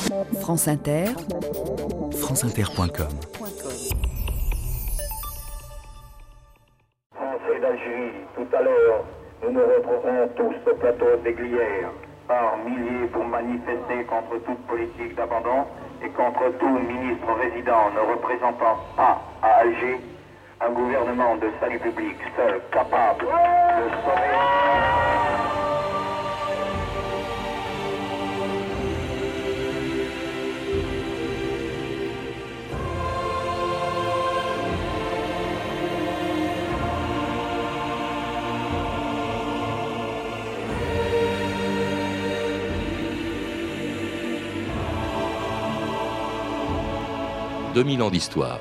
France Inter, franceinter.com. Français d'Algérie, tout à l'heure, nous nous retrouverons tous au plateau des Glières, par milliers pour manifester contre toute politique d'abandon et contre tout ministre résident ne représentant pas à Alger un gouvernement de salut public seul capable de sauver... 2000 ans d'histoire.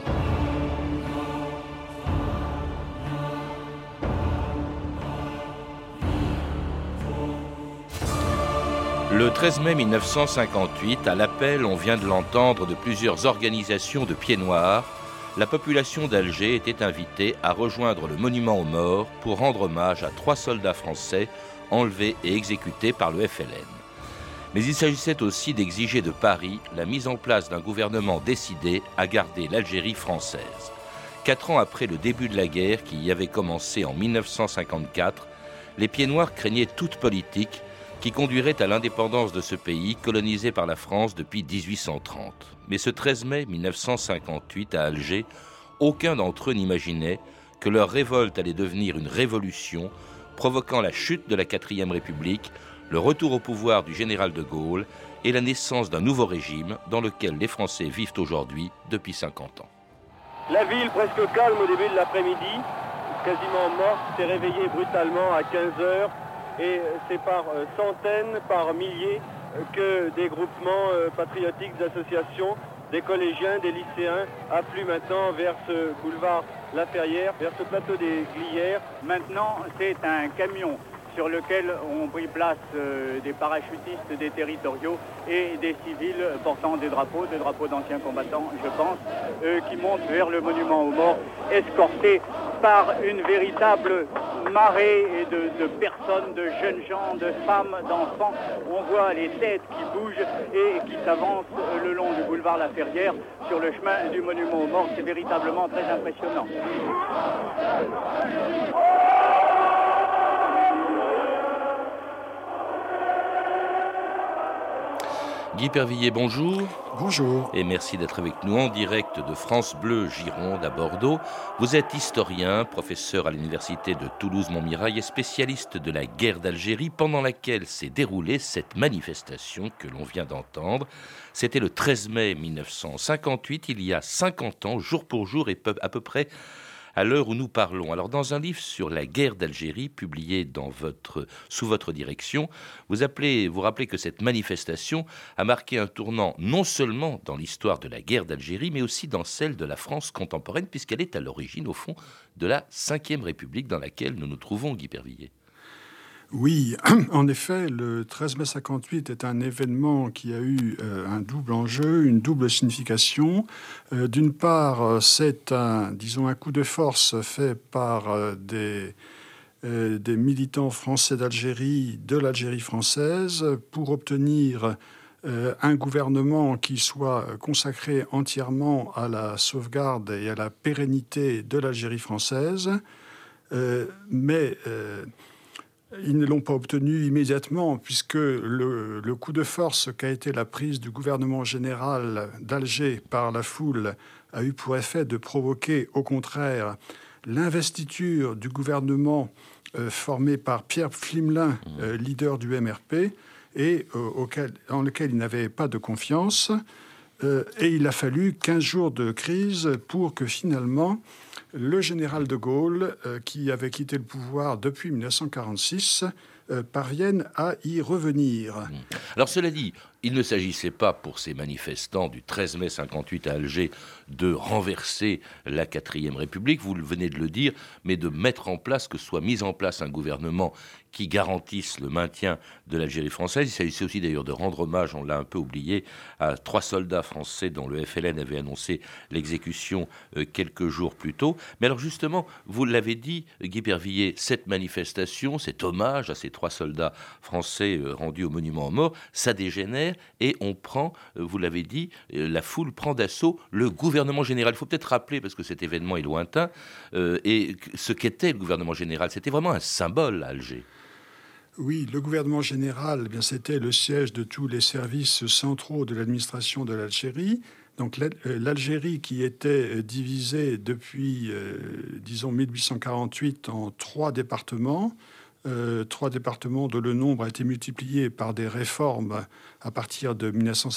Le 13 mai 1958, à l'appel, on vient de l'entendre, de plusieurs organisations de pieds noirs, la population d'Alger était invitée à rejoindre le monument aux morts pour rendre hommage à 3 soldats français enlevés et exécutés par le FLN. Mais il s'agissait aussi d'exiger de Paris la mise en place d'un gouvernement décidé à garder l'Algérie française. 4 ans après le début de la guerre qui y avait commencé en 1954, les pieds noirs craignaient toute politique qui conduirait à l'indépendance de ce pays colonisé par la France depuis 1830. Mais ce 13 mai 1958 à Alger, aucun d'entre eux n'imaginait que leur révolte allait devenir une révolution, provoquant la chute de la 4e République, le retour au pouvoir du général de Gaulle et la naissance d'un nouveau régime dans lequel les Français vivent aujourd'hui depuis 50 ans. La ville presque calme au début de l'après-midi, quasiment morte, s'est réveillée brutalement à 15h et c'est par centaines, par milliers que des groupements patriotiques, des associations, des collégiens, des lycéens affluent maintenant vers ce boulevard La Ferrière, vers ce plateau des Glières. Maintenant, c'est un camion sur lequel ont pris place des parachutistes, des territoriaux et des civils portant des drapeaux d'anciens combattants, je pense, qui montent vers le monument aux morts, escortés par une véritable marée de personnes, de jeunes gens, de femmes, d'enfants. On voit les têtes qui bougent et qui s'avancent le long du boulevard La Ferrière sur le chemin du monument aux morts. C'est véritablement très impressionnant. Guy Pervilliers, bonjour. Bonjour. Et merci d'être avec nous en direct de France Bleu Gironde à Bordeaux. Vous êtes historien, professeur à l'université de Toulouse-Montmirail et spécialiste de la guerre d'Algérie pendant laquelle s'est déroulée cette manifestation que l'on vient d'entendre. C'était le 13 mai 1958, il y a 50 ans, jour pour jour et à peu près à l'heure où nous parlons. Alors, dans un livre sur la guerre d'Algérie, publié sous votre direction, vous rappelez que cette manifestation a marqué un tournant non seulement dans l'histoire de la guerre d'Algérie, mais aussi dans celle de la France contemporaine, puisqu'elle est à l'origine, au fond, de la 5e République dans laquelle nous nous trouvons, Guy Pervilliers. Oui, en effet, le 13 mai 58 est un événement qui a eu un double enjeu, une double signification. D'une part, c'est un coup de force fait par des militants français d'Algérie, de l'Algérie française, pour obtenir un gouvernement qui soit consacré entièrement à la sauvegarde et à la pérennité de l'Algérie française. Mais ils ne l'ont pas obtenu immédiatement, puisque le coup de force qu'a été la prise du gouvernement général d'Alger par la foule a eu pour effet de provoquer, au contraire, l'investiture du gouvernement formé par Pierre Pflimlin, leader du MRP, et dans lequel il n'avait pas de confiance. Et il a fallu 15 jours de crise pour que finalement le général de Gaulle, qui avait quitté le pouvoir depuis 1946, parvienne à y revenir. Alors cela dit, il ne s'agissait pas pour ces manifestants du 13 mai 58 à Alger de renverser la 4e République, vous venez de le dire, mais de mettre en place, que soit mis en place un gouvernement qui garantisse le maintien de l'Algérie française. Il s'agissait aussi d'ailleurs de rendre hommage, on l'a un peu oublié, à 3 soldats français dont le FLN avait annoncé l'exécution quelques jours plus tôt. Mais alors justement, vous l'avez dit, Guy Pervilliers, cette manifestation, cet hommage à ces 3 soldats français rendus au monument aux morts, ça dégénère guerre et on prend, vous l'avez dit, la foule prend d'assaut le gouvernement général. Il faut peut-être rappeler, parce que cet événement est lointain, et ce qu'était le gouvernement général. C'était vraiment un symbole à Alger. Oui, le gouvernement général, eh bien, c'était le siège de tous les services centraux de l'administration de l'Algérie. Donc l'Algérie qui était divisée depuis, disons, 1848 en 3 départements, 3 départements dont le nombre a été multiplié par des réformes à partir de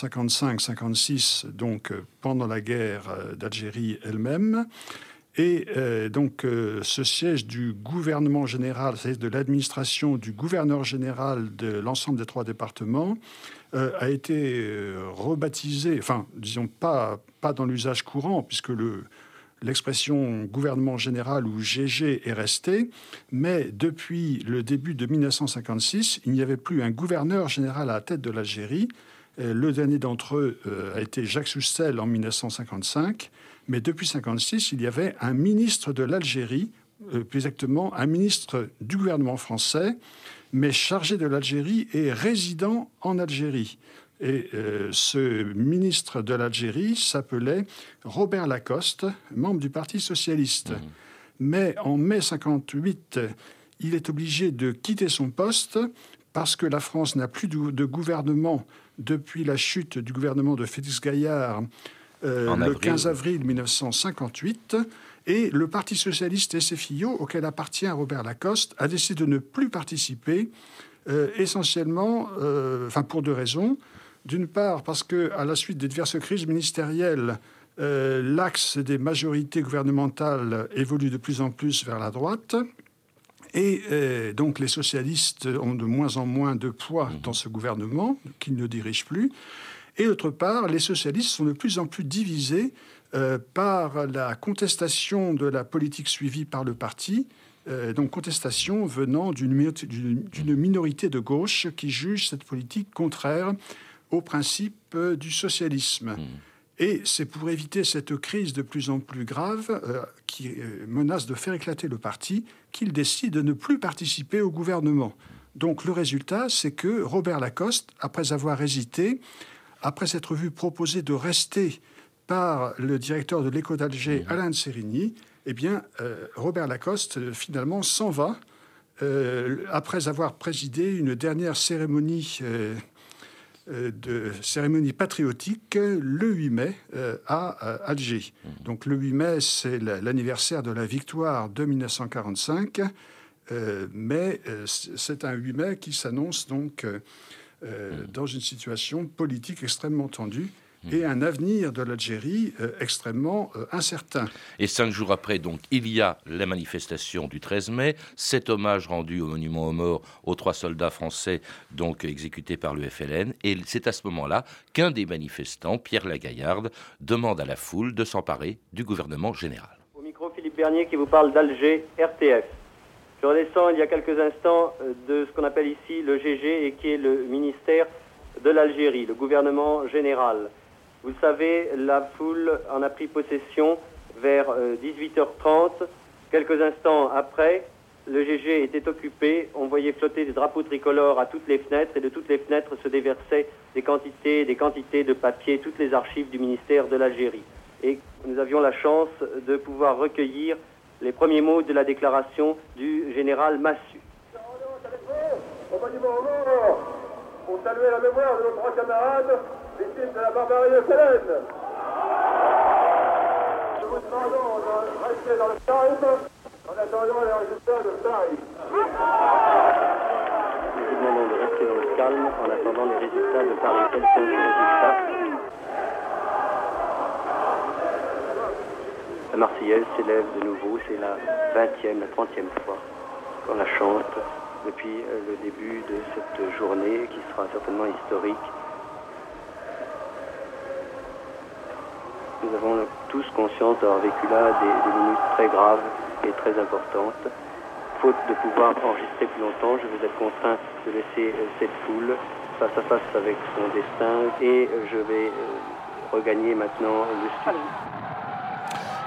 1955-56, donc pendant la guerre d'Algérie elle-même. Et donc, ce siège du gouvernement général, c'est-à-dire de l'administration du gouverneur général de l'ensemble des 3 départements, a été rebaptisé, enfin, disons pas dans l'usage courant, puisque l'expression gouvernement général ou GG est restée, mais depuis le début de 1956, il n'y avait plus un gouverneur général à la tête de l'Algérie. Le dernier d'entre eux a été Jacques Soustelle en 1955. Mais depuis 1956, il y avait un ministre de l'Algérie, plus exactement un ministre du gouvernement français, mais chargé de l'Algérie et résident en Algérie. Et ce ministre de l'Algérie s'appelait Robert Lacoste, membre du Parti socialiste. Mais en mai 1958, il est obligé de quitter son poste parce que la France n'a plus de gouvernement depuis la chute du gouvernement de Félix Gaillard, le 15 avril 1958, et le Parti socialiste SFIO, auquel appartient Robert Lacoste, a décidé de ne plus participer, essentiellement, pour 2 raisons. D'une part, parce qu'à la suite des diverses crises ministérielles, l'axe des majorités gouvernementales évolue de plus en plus vers la droite, et donc les socialistes ont de moins en moins de poids dans ce gouvernement, qu'ils ne dirigent plus. Et d'autre part, les socialistes sont de plus en plus divisés par la contestation de la politique suivie par le parti, donc contestation venant d'une minorité de gauche qui juge cette politique contraire aux principes du socialisme. Et c'est pour éviter cette crise de plus en plus grave qui menace de faire éclater le parti qu'il décide de ne plus participer au gouvernement. Donc le résultat, c'est que Robert Lacoste, après avoir hésité, après s'être vu proposer de rester par le directeur de l'Écho d'Alger, Alain de Sérigny, eh bien, Robert Lacoste, finalement, s'en va après avoir présidé une dernière cérémonie, cérémonie patriotique le 8 mai à Alger. Donc le 8 mai, c'est l'anniversaire de la victoire de 1945, mais c'est un 8 mai qui s'annonce donc dans une situation politique extrêmement tendue et un avenir de l'Algérie extrêmement incertain. Et 5 jours après, donc, il y a la manifestation du 13 mai, cet hommage rendu au monument aux morts aux 3 soldats français donc exécutés par le FLN. Et c'est à ce moment-là qu'un des manifestants, Pierre Lagaillarde, demande à la foule de s'emparer du gouvernement général. Au micro, Philippe Bernier qui vous parle d'Alger, RTF. Je redescends il y a quelques instants de ce qu'on appelle ici le GG et qui est le ministère de l'Algérie, le gouvernement général. Vous le savez, la foule en a pris possession vers 18h30. Quelques instants après, le GG était occupé. On voyait flotter des drapeaux tricolores à toutes les fenêtres et de toutes les fenêtres se déversaient des quantités de papier, toutes les archives du ministère de l'Algérie. Et nous avions la chance de pouvoir recueillir les premiers mots de la déclaration du général Massu. Au monument aux morts, pour saluer la mémoire de nos 3 camarades victimes de la barbarie de FLN. Nous vous demandons de rester dans le calme en attendant les résultats de Paris. Nous vous demandons de rester dans le calme en attendant les résultats de Paris. Quels sont ces résultats ? La Marseillaise s'élève de nouveau, c'est la 20e, la 30e fois qu'on la chante depuis le début de cette journée qui sera certainement historique. Nous avons tous conscience d'avoir vécu là des minutes très graves et très importantes. Faute de pouvoir enregistrer plus longtemps, je vais être contraint de laisser cette foule face à face avec son destin et je vais regagner maintenant le studio.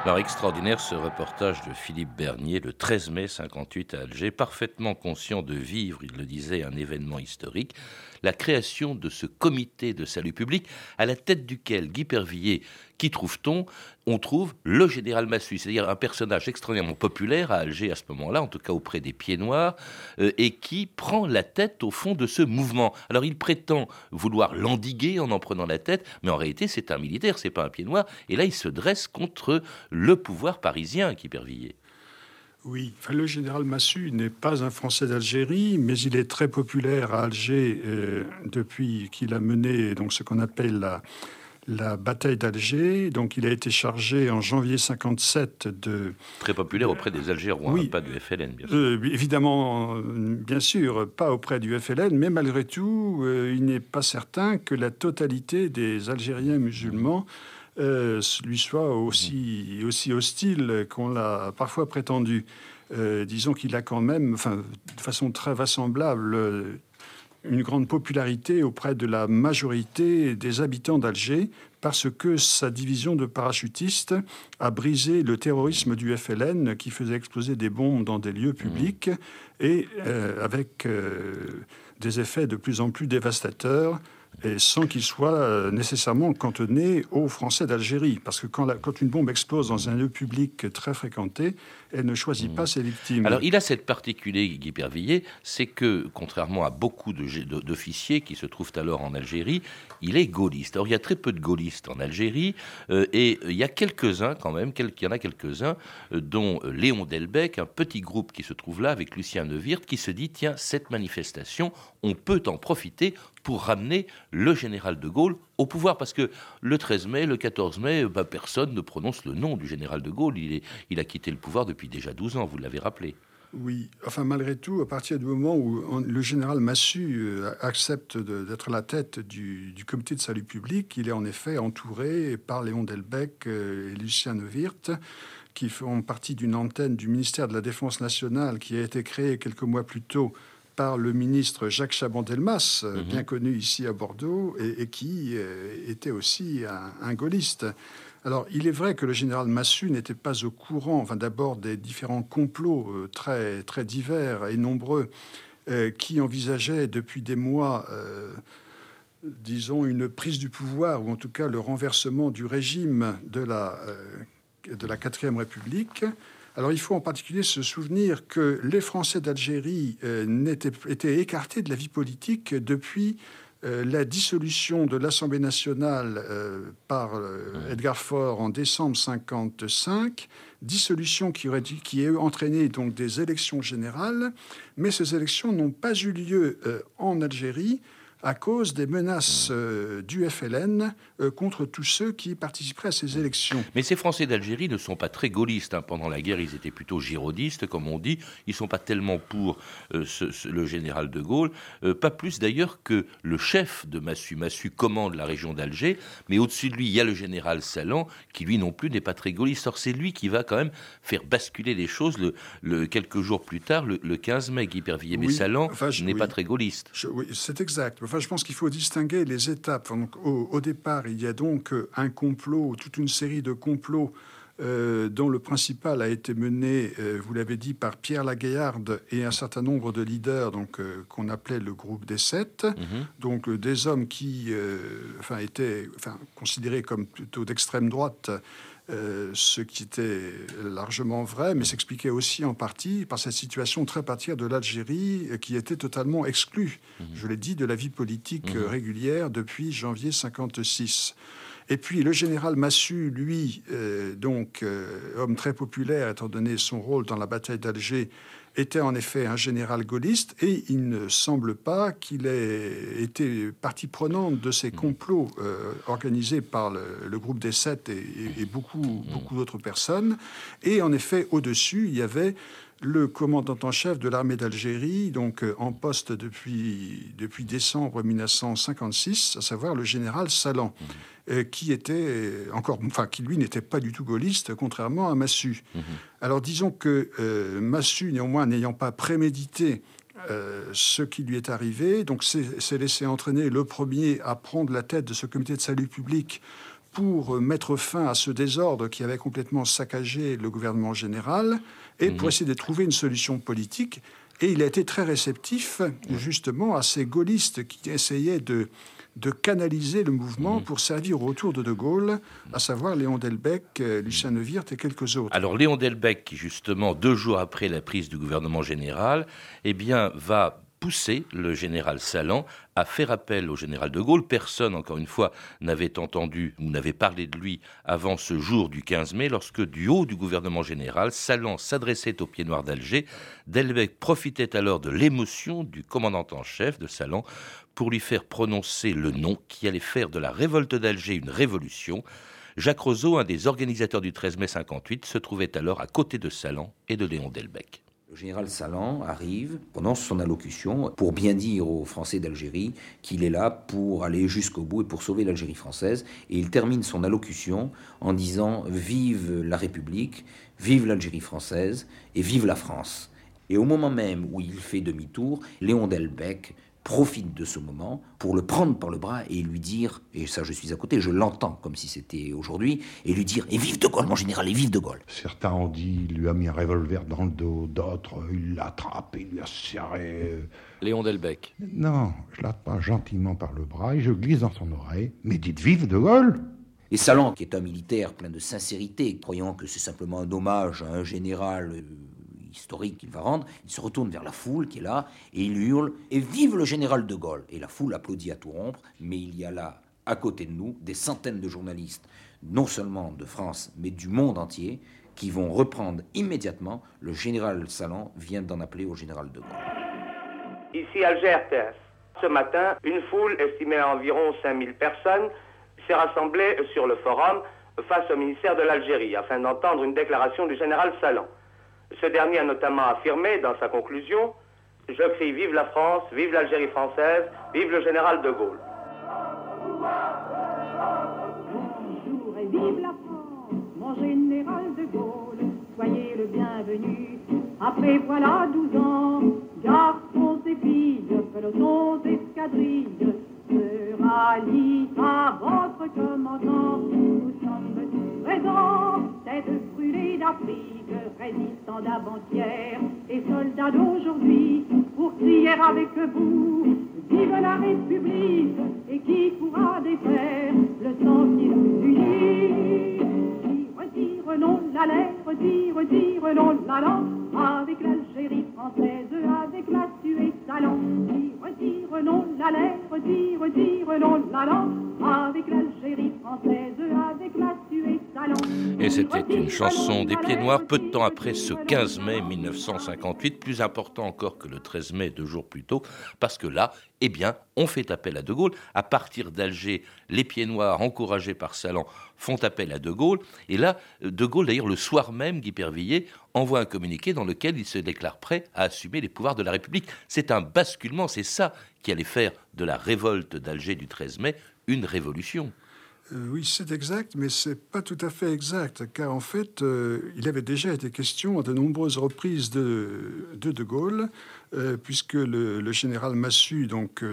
Alors, extraordinaire ce reportage de Philippe Bernier le 13 mai 58 à Alger, parfaitement conscient de vivre, il le disait, un événement historique, la création de ce comité de salut public, à la tête duquel Guy Pervilliers, qui trouve-t-on ? On trouve le général Massu, c'est-à-dire un personnage extraordinairement populaire à Alger à ce moment-là, en tout cas auprès des Pieds-Noirs, et qui prend la tête au fond de ce mouvement. Alors il prétend vouloir l'endiguer en prenant la tête, mais en réalité c'est un militaire, c'est pas un Pied-Noir, et là il se dresse contre le pouvoir parisien, Guy Pervilliers. Oui, le général Massu n'est pas un Français d'Algérie, mais il est très populaire à Alger depuis qu'il a mené donc, ce qu'on appelle la bataille d'Alger. Donc il a été chargé en janvier 57 de... Très populaire auprès des Algérois, oui, pas du FLN, bien sûr. Évidemment, bien sûr, pas auprès du FLN, mais malgré tout, il n'est pas certain que la totalité des Algériens musulmans lui soit aussi hostile qu'on l'a parfois prétendu. Disons qu'il a quand même, de façon très vraisemblable, une grande popularité auprès de la majorité des habitants d'Alger parce que sa division de parachutistes a brisé le terrorisme du FLN qui faisait exploser des bombes dans des lieux publics et avec des effets de plus en plus dévastateurs et sans qu'il soit nécessairement cantonné aux Français d'Algérie. Parce que quand une bombe explose dans un lieu public très fréquenté, elle ne choisit pas ses victimes. Alors, il a cette particularité, Guy Pervilliers, c'est que, contrairement à beaucoup d'officiers qui se trouvent alors en Algérie, il est gaulliste. Alors, il y a très peu de gaullistes en Algérie, et il y a quelques-uns quand même, dont Léon Delbecq, un petit groupe qui se trouve là avec Lucien Neuwirth, qui se dit, tiens, cette manifestation, on peut en profiter pour ramener le général de Gaulle au pouvoir. Parce que le 13 mai, le 14 mai, personne ne prononce le nom du général de Gaulle. Il a quitté le pouvoir depuis déjà 12 ans, vous l'avez rappelé. Oui, malgré tout, à partir du moment où le général Massu accepte d'être à la tête du comité de salut public, il est en effet entouré par Léon Delbecq et Lucien Neuwirth, qui font partie d'une antenne du ministère de la Défense nationale qui a été créée quelques mois plus tôt par le ministre Jacques Chaban-Delmas, bien connu ici à Bordeaux, et qui était aussi un gaulliste. Alors, il est vrai que le général Massu n'était pas au courant, d'abord des différents complots très, très divers et nombreux qui envisageaient depuis des mois, disons, une prise du pouvoir, ou en tout cas le renversement du régime de la 4e République. Alors, il faut en particulier se souvenir que les Français d'Algérie étaient écartés de la vie politique depuis la dissolution de l'Assemblée nationale par Edgar Faure en décembre 1955, dissolution qui a entraîné donc des élections générales, mais ces élections n'ont pas eu lieu en Algérie à cause des menaces du FLN contre tous ceux qui participeraient à ces élections. Mais ces Français d'Algérie ne sont pas très gaullistes. Pendant la guerre, ils étaient plutôt girodistes, comme on dit. Ils ne sont pas tellement pour le général de Gaulle. Pas plus d'ailleurs que le chef de Massu. Massu commande la région d'Alger, mais au-dessus de lui, il y a le général Salan, qui lui non plus n'est pas très gaulliste. Or, c'est lui qui va quand même faire basculer les choses quelques jours plus tard, le 15 mai, Guy Pervilliers. Mais Salan n'est pas très gaulliste. Oui, c'est exact. Je pense qu'il faut distinguer les étapes. Donc, au départ, il y a donc un complot, toute une série de complots dont le principal a été mené, vous l'avez dit, par Pierre Lagaillarde et un certain nombre de leaders qu'on appelait le groupe des 7. Donc des hommes qui étaient considérés comme plutôt d'extrême droite, ce qui était largement vrai, mais s'expliquait aussi en partie par cette situation très particulière de l'Algérie qui était totalement exclue, je l'ai dit, de la vie politique régulière depuis janvier 1956. Et puis le général Massu, lui, homme très populaire étant donné son rôle dans la bataille d'Alger, était en effet un général gaulliste et il ne semble pas qu'il ait été partie prenante de ces complots organisés par le groupe des 7 et beaucoup d'autres personnes. Et en effet, au-dessus, il y avait le commandant en chef de l'armée d'Algérie, donc en poste depuis décembre 1956, à savoir le général Salan, qui lui n'était pas du tout gaulliste, contrairement à Massu. Alors disons que Massu, néanmoins, n'ayant pas prémédité ce qui lui est arrivé, donc s'est laissé entraîner le premier à prendre la tête de ce comité de salut public pour mettre fin à ce désordre qui avait complètement saccagé le gouvernement général et pour essayer de trouver une solution politique. Et il a été très réceptif, justement, à ces gaullistes qui essayaient de canaliser le mouvement pour servir autour de Gaulle, à savoir Léon Delbecq, Lucien Neuwirth et quelques autres. Alors Léon Delbecq, qui justement, 2 jours après la prise du gouvernement général, eh bien, va pousser le général Salan à faire appel au général de Gaulle. Personne, encore une fois, n'avait entendu ou n'avait parlé de lui avant ce jour du 15 mai, lorsque du haut du gouvernement général, Salan s'adressait au Pied Noir d'Alger. Delbecq profitait alors de l'émotion du commandant en chef de Salan pour lui faire prononcer le nom qui allait faire de la révolte d'Alger une révolution. Jacques Roseau, un des organisateurs du 13 mai 58, se trouvait alors à côté de Salan et de Léon Delbecq. Le général Salan arrive, prononce son allocution pour bien dire aux Français d'Algérie qu'il est là pour aller jusqu'au bout et pour sauver l'Algérie française. Et il termine son allocution en disant « Vive la République, vive l'Algérie française et vive la France ». Et au moment même où il fait demi-tour, Léon Delbecq profite de ce moment pour le prendre par le bras et lui dire, et ça je suis à côté, je l'entends comme si c'était aujourd'hui, et lui dire « Et vive de Gaulle, mon général, et vive de Gaulle !» Certains ont dit, il lui a mis un revolver dans le dos, d'autres, il l'a attrapé, il lui a serré. Léon Delbecq. Non, je l'attrape gentiment par le bras et je glisse dans son oreille, mais dites vive de Gaulle ! Et Salan, qui est un militaire plein de sincérité, croyant que c'est simplement un hommage à un général historique qu'il va rendre, il se retourne vers la foule qui est là et il hurle « Et vive le général de Gaulle !» Et la foule applaudit à tout rompre, mais il y a là, à côté de nous, des centaines de journalistes, non seulement de France, mais du monde entier, qui vont reprendre immédiatement. Le général Salan vient d'en appeler au général de Gaulle. Ici Alger RTS. Ce matin, une foule estimée à environ 5000 personnes s'est rassemblée sur le forum face au ministère de l'Algérie afin d'entendre une déclaration du général Salan. Ce dernier a notamment affirmé dans sa conclusion « Je crie vive la France, vive l'Algérie française, vive le général de Gaulle ». Bonjour et vive la France, mon général de Gaulle, soyez le bienvenu. Après voilà 12 ans, garçons et filles, pelotons, escadrilles, se rallient à votre commandant. Nous sommes présents, tête brûlée d'Afrique, résistants d'avant-hier et soldats d'aujourd'hui, pour crier avec vous, vive la République, et qui pourra défaire le sang qui nous unit. Dire non la lettre, dire non la langue, avec l'Algérie française, avec Mathieu et Salan. Dire non la lettre, dire non la langue, avec l'Algérie française, avec Mathieu et Salan. Et c'était une chanson des Pieds Noirs, peu de temps après ce 15 mai 1958, plus important encore que le 13 mai 2 jours plus tôt, parce que là, eh bien, on fait appel à De Gaulle. À partir d'Alger, les Pieds Noirs, encouragés par Salan, font appel à De Gaulle. Et là, De Gaulle, d'ailleurs, le soir même, Guy Pervilliers envoie un communiqué dans lequel il se déclare prêt à assumer les pouvoirs de la République. C'est un basculement, c'est ça qui allait faire de la révolte d'Alger du 13 mai une révolution. Oui, c'est exact, mais ce n'est pas tout à fait exact, car en fait, il avait déjà été question à de nombreuses reprises de Gaulle, puisque le général Massu donc,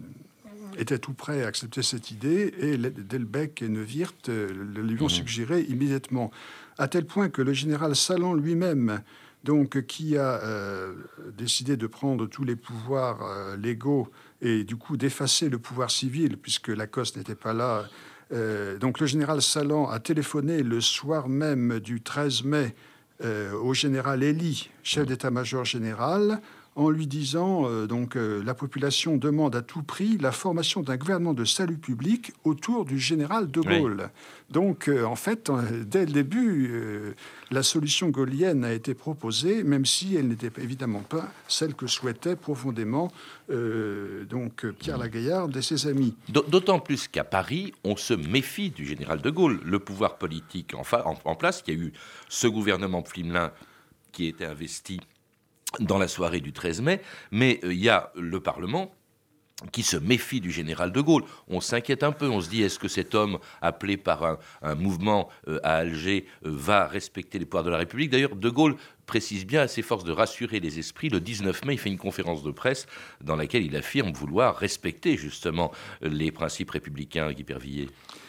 était tout prêt à accepter cette idée, et Delbecq et Neuwirth lui ont suggéré immédiatement, à tel point que le général Salan lui-même, donc, qui a décidé de prendre tous les pouvoirs légaux et du coup d'effacer le pouvoir civil, puisque Lacoste n'était pas là. Donc le général Salan a téléphoné le soir même du 13 mai au général Elie, chef d'état-major général, en lui disant la population demande à tout prix la formation d'un gouvernement de salut public autour du général de Gaulle. Oui. Donc en fait, dès le début, la solution gaullienne a été proposée, même si elle n'était évidemment pas celle que souhaitait profondément Pierre Lagaillarde et ses amis. D'autant plus qu'à Paris, on se méfie du général de Gaulle. Le pouvoir politique en place, il y a eu ce gouvernement Pflimlin qui était investi dans la soirée du 13 mai, mais il y a le Parlement qui se méfie du général de Gaulle. On s'inquiète un peu, on se dit, est-ce que cet homme, appelé par un mouvement à Alger, va respecter les pouvoirs de la République ? D'ailleurs, de Gaulle précise bien, à ses forces de rassurer les esprits, le 19 mai, il fait une conférence de presse dans laquelle il affirme vouloir respecter justement les principes républicains, Guy Pervilliers.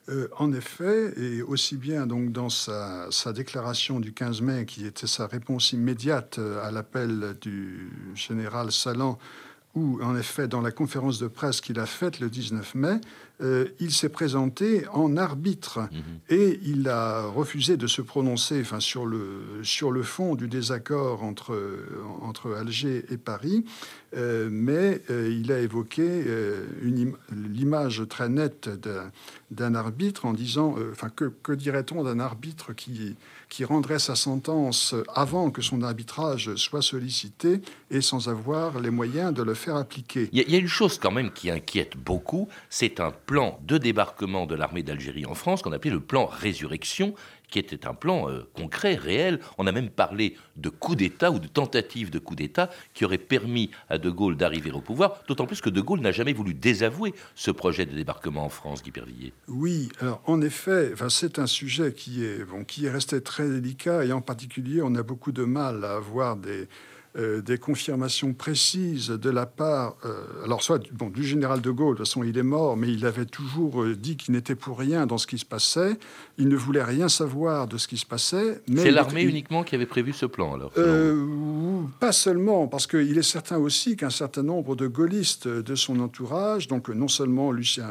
En effet, et aussi bien donc dans sa déclaration du 15 mai, qui était sa réponse immédiate à l'appel du général Salan, ou en effet dans la conférence de presse qu'il a faite le 19 mai, il s'est présenté en arbitre et il a refusé de se prononcer sur le fond du désaccord entre Alger et Paris, mais il a évoqué l'image très nette d'un arbitre en disant, que dirait-on d'un arbitre qui rendrait sa sentence avant que son arbitrage soit sollicité et sans avoir les moyens de le faire appliquer. Il y a une chose quand même qui inquiète beaucoup, c'est un plan de débarquement de l'armée d'Algérie en France qu'on appelait le plan Résurrection, qui était un plan concret, réel. On a même parlé de coup d'État ou de tentative de coup d'État qui aurait permis à De Gaulle d'arriver au pouvoir, d'autant plus que De Gaulle n'a jamais voulu désavouer ce projet de débarquement en France, Guy Pervilliers. Oui, alors en effet, c'est un sujet qui est resté très délicat, et en particulier, on a beaucoup de mal à avoir des confirmations précises de la part, du général de Gaulle. De toute façon, il est mort, mais il avait toujours dit qu'il n'était pour rien dans ce qui se passait. Il ne voulait rien savoir de ce qui se passait. C'est l'armée uniquement qui avait prévu ce plan, alors pas seulement, parce qu'il est certain aussi qu'un certain nombre de gaullistes de son entourage, donc non seulement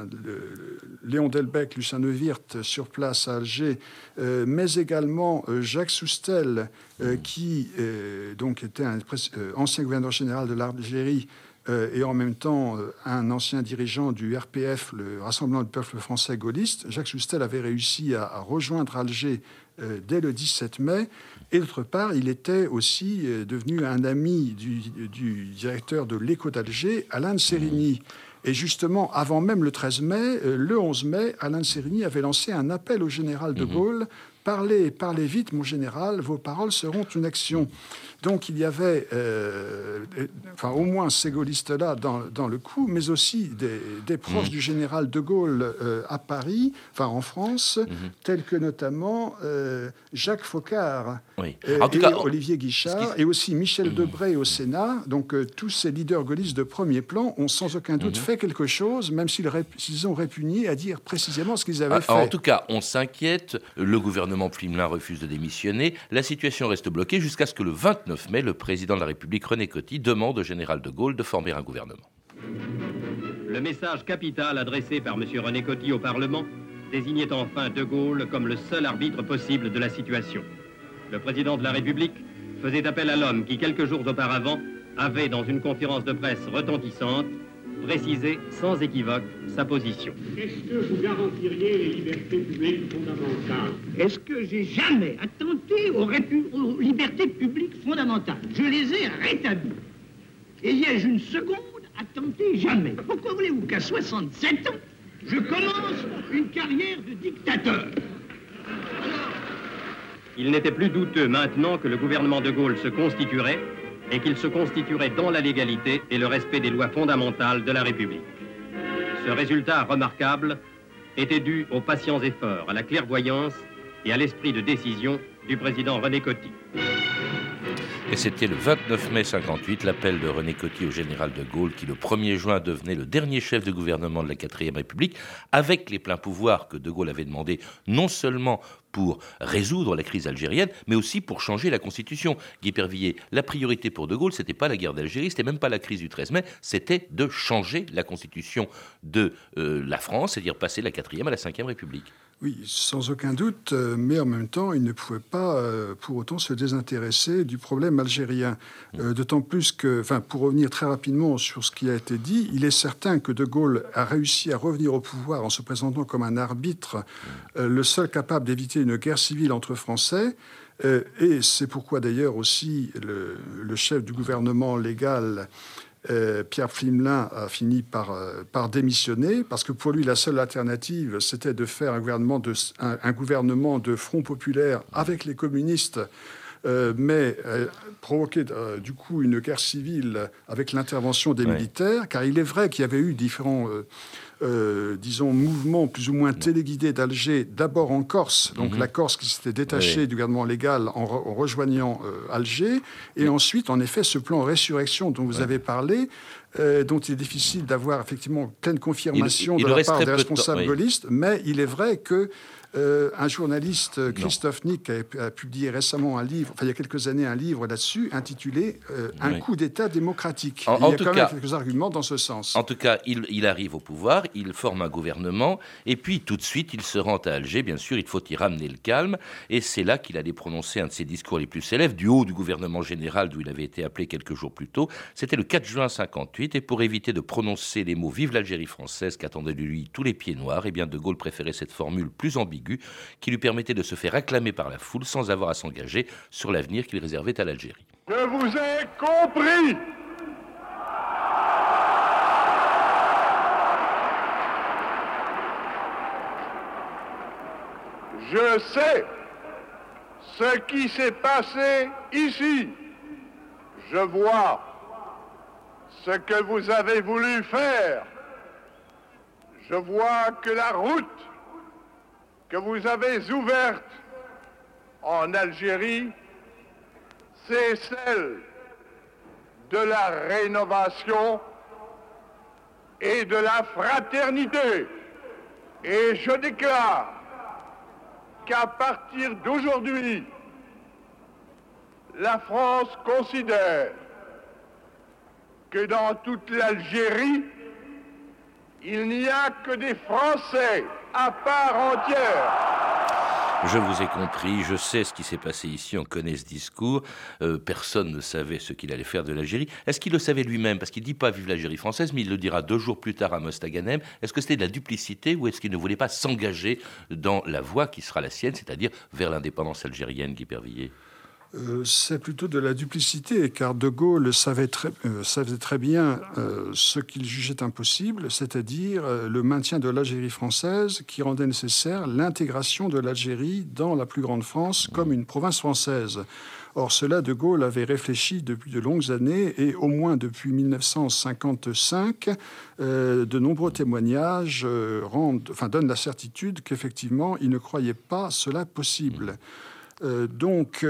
Léon Delbecq, Lucien Neuwirth sur place à Alger, mais également Jacques Soustel, qui donc était un ancien gouverneur général de l'Algérie et en même temps un ancien dirigeant du RPF, le Rassemblement du peuple français gaulliste. Jacques Soustel avait réussi à rejoindre Alger dès le 17 mai. Et d'autre part, il était aussi devenu un ami du directeur de l'Écho d'Alger, Alain de Sérigny. Et justement, avant même le 13 mai, le 11 mai, Alain de Sérigny avait lancé un appel au général de Gaulle. Parlez vite, mon général, vos paroles seront une action. Donc il y avait au moins ces gaullistes-là dans le coup, mais aussi des proches du général de Gaulle à Paris, en France, tels que notamment Jacques Faucard, Olivier Guichard, et aussi Michel Debré au Sénat. Donc tous ces leaders gaullistes de premier plan ont sans aucun doute fait quelque chose, même s'ils ont répugné à dire précisément ce qu'ils avaient fait. En tout cas, on s'inquiète, le gouvernement Flimelin refuse de démissionner, la situation reste bloquée jusqu'à ce que le 29 mai, le président de la République, René Coty, demande au général de Gaulle de former un gouvernement. Le message capital adressé par M. René Coty au Parlement désignait enfin de Gaulle comme le seul arbitre possible de la situation. Le président de la République faisait appel à l'homme qui, quelques jours auparavant, avait, dans une conférence de presse retentissante, précisé sans équivoque sa position. Est-ce que vous garantiriez les libertés publiques fondamentales? Est-ce que j'ai jamais attenté aux libertés publiques fondamentales? Je les ai rétablies. Et ai-je une seconde attenté? Jamais. Pourquoi voulez-vous qu'à 67 ans, je commence une carrière de dictateur? Il n'était plus douteux maintenant que le gouvernement de Gaulle se constituerait et qu'il se constituerait dans la légalité et le respect des lois fondamentales de la République. Ce résultat remarquable était dû aux patients efforts, à la clairvoyance et à l'esprit de décision du président René Coty. Et c'était le 29 mai 58, l'appel de René Coty au général de Gaulle, qui le 1er juin devenait le dernier chef de gouvernement de la 4e République, avec les pleins pouvoirs que de Gaulle avait demandé, non seulement pour résoudre la crise algérienne, mais aussi pour changer la Constitution. Guy Pervilliers, la priorité pour de Gaulle, c'était pas la guerre d'Algérie, c'était même pas la crise du 13 mai, c'était de changer la Constitution de la France, c'est-à-dire passer la 4e à la 5e République. Oui, sans aucun doute, mais en même temps, il ne pouvait pas pour autant se désintéresser du problème algérien. D'autant plus que, pour revenir très rapidement sur ce qui a été dit, il est certain que De Gaulle a réussi à revenir au pouvoir en se présentant comme un arbitre, le seul capable d'éviter une guerre civile entre Français. Et c'est pourquoi d'ailleurs aussi le chef du gouvernement légal, Pierre Flimelin, a fini par démissionner, parce que pour lui, la seule alternative, c'était de faire un gouvernement de front populaire avec les communistes, mais provoquer du coup une guerre civile avec l'intervention des militaires, car il est vrai qu'il y avait eu différents mouvements plus ou moins téléguidés d'Alger, d'abord en Corse, donc la Corse qui s'était détachée du gouvernement légal en rejoignant Alger, et ensuite, en effet, ce plan Résurrection dont vous avez parlé, dont il est difficile d'avoir effectivement pleine confirmation de la part des responsables gaullistes, mais il est vrai que un journaliste, Christophe Nick, a publié récemment un livre, il y a quelques années, un livre là-dessus, intitulé Un coup d'État démocratique. Il y a quand même quelques arguments dans ce sens. En tout cas, il arrive au pouvoir, il forme un gouvernement, et puis tout de suite, il se rend à Alger. Bien sûr, il faut y ramener le calme, et c'est là qu'il allait prononcer un de ses discours les plus célèbres, du haut du gouvernement général, d'où il avait été appelé quelques jours plus tôt. C'était le 4 juin 58, et pour éviter de prononcer les mots « Vive l'Algérie française » qu'attendaient de lui tous les pieds noirs, eh bien De Gaulle préférait cette formule plus ambiguë, qui lui permettait de se faire acclamer par la foule sans avoir à s'engager sur l'avenir qu'il réservait à l'Algérie. Je vous ai compris. Je sais ce qui s'est passé ici. Je vois ce que vous avez voulu faire. Je vois que la route que vous avez ouverte en Algérie, c'est celle de la rénovation et de la fraternité. Et je déclare qu'à partir d'aujourd'hui, la France considère que dans toute l'Algérie, il n'y a que des Français à part entière. Je vous ai compris, je sais ce qui s'est passé ici, on connaît ce discours, personne ne savait ce qu'il allait faire de l'Algérie. Est-ce qu'il le savait lui-même? Parce qu'il ne dit pas « Vive l'Algérie française », mais il le dira 2 jours plus tard à Mostaganem. Est-ce que c'était de la duplicité ou est-ce qu'il ne voulait pas s'engager dans la voie qui sera la sienne, c'est-à-dire vers l'indépendance algérienne, Guy Pervilliers? C'est plutôt de la duplicité, car De Gaulle savait très bien ce qu'il jugeait impossible, c'est-à-dire le maintien de l'Algérie française qui rendait nécessaire l'intégration de l'Algérie dans la plus grande France comme une province française. Or, cela, De Gaulle avait réfléchi depuis de longues années et au moins depuis 1955, de nombreux témoignages donnent la certitude qu'effectivement, il ne croyait pas cela possible. Donc,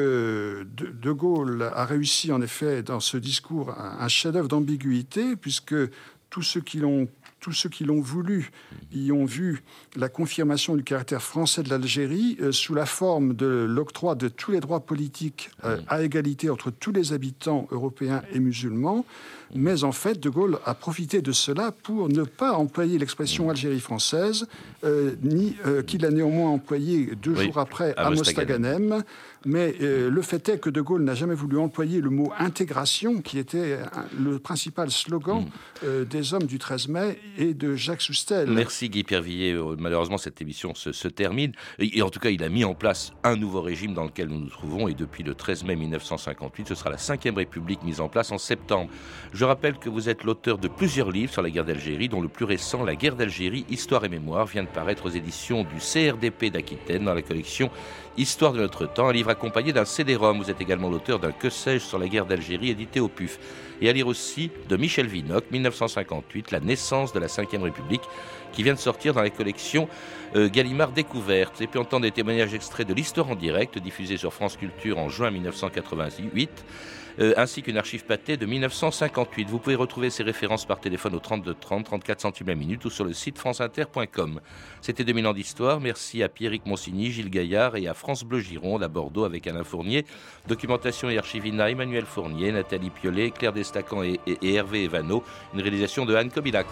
De Gaulle a réussi en effet dans ce discours un chef-d'œuvre d'ambiguïté, puisque tous ceux qui l'ont voulu y ont vu la confirmation du caractère français de l'Algérie sous la forme de l'octroi de tous les droits politiques à égalité entre tous les habitants européens et musulmans. Mais en fait, De Gaulle a profité de cela pour ne pas employer l'expression Algérie française, qu'il a néanmoins employé 2 jours après à Mostaganem. Mais le fait est que De Gaulle n'a jamais voulu employer le mot intégration, qui était le principal slogan des hommes du 13 mai et de Jacques Soustelle. Merci Guy Pervilliers. Malheureusement, cette émission se termine. Et en tout cas, il a mis en place un nouveau régime dans lequel nous nous trouvons. Et depuis le 13 mai 1958, ce sera la 5e République mise en place en septembre. Je rappelle que vous êtes l'auteur de plusieurs livres sur la guerre d'Algérie, dont le plus récent, La guerre d'Algérie, Histoire et Mémoire, vient de paraître aux éditions du CRDP d'Aquitaine dans la collection Histoire de notre temps, un livre accompagné d'un CD-ROM. Vous êtes également l'auteur d'un Que sais-je sur la guerre d'Algérie, édité au PUF. Et à lire aussi de Michel Vinocq, 1958, La naissance de la 5e République, qui vient de sortir dans la collection Gallimard Découverte. Et puis entendre des témoignages extraits de l'Histoire en direct, diffusé sur France Culture en juin 1988, ainsi qu'une archive pâtée de 1958. Vous pouvez retrouver ces références par téléphone au 32 30, 34 centimes la minute ou sur le site franceinter.com. C'était 2000 ans d'histoire. Merci à Pierrick Monsigny, Gilles Gaillard et à France Bleu Gironde à Bordeaux avec Alain Fournier. Documentation et archivina, Emmanuel Fournier, Nathalie Piolet, Claire Destacan et Hervé Evano. Une réalisation de Anne Kobilac.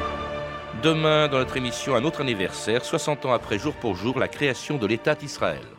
Demain, dans notre émission, un autre anniversaire, 60 ans après jour pour jour, la création de l'État d'Israël.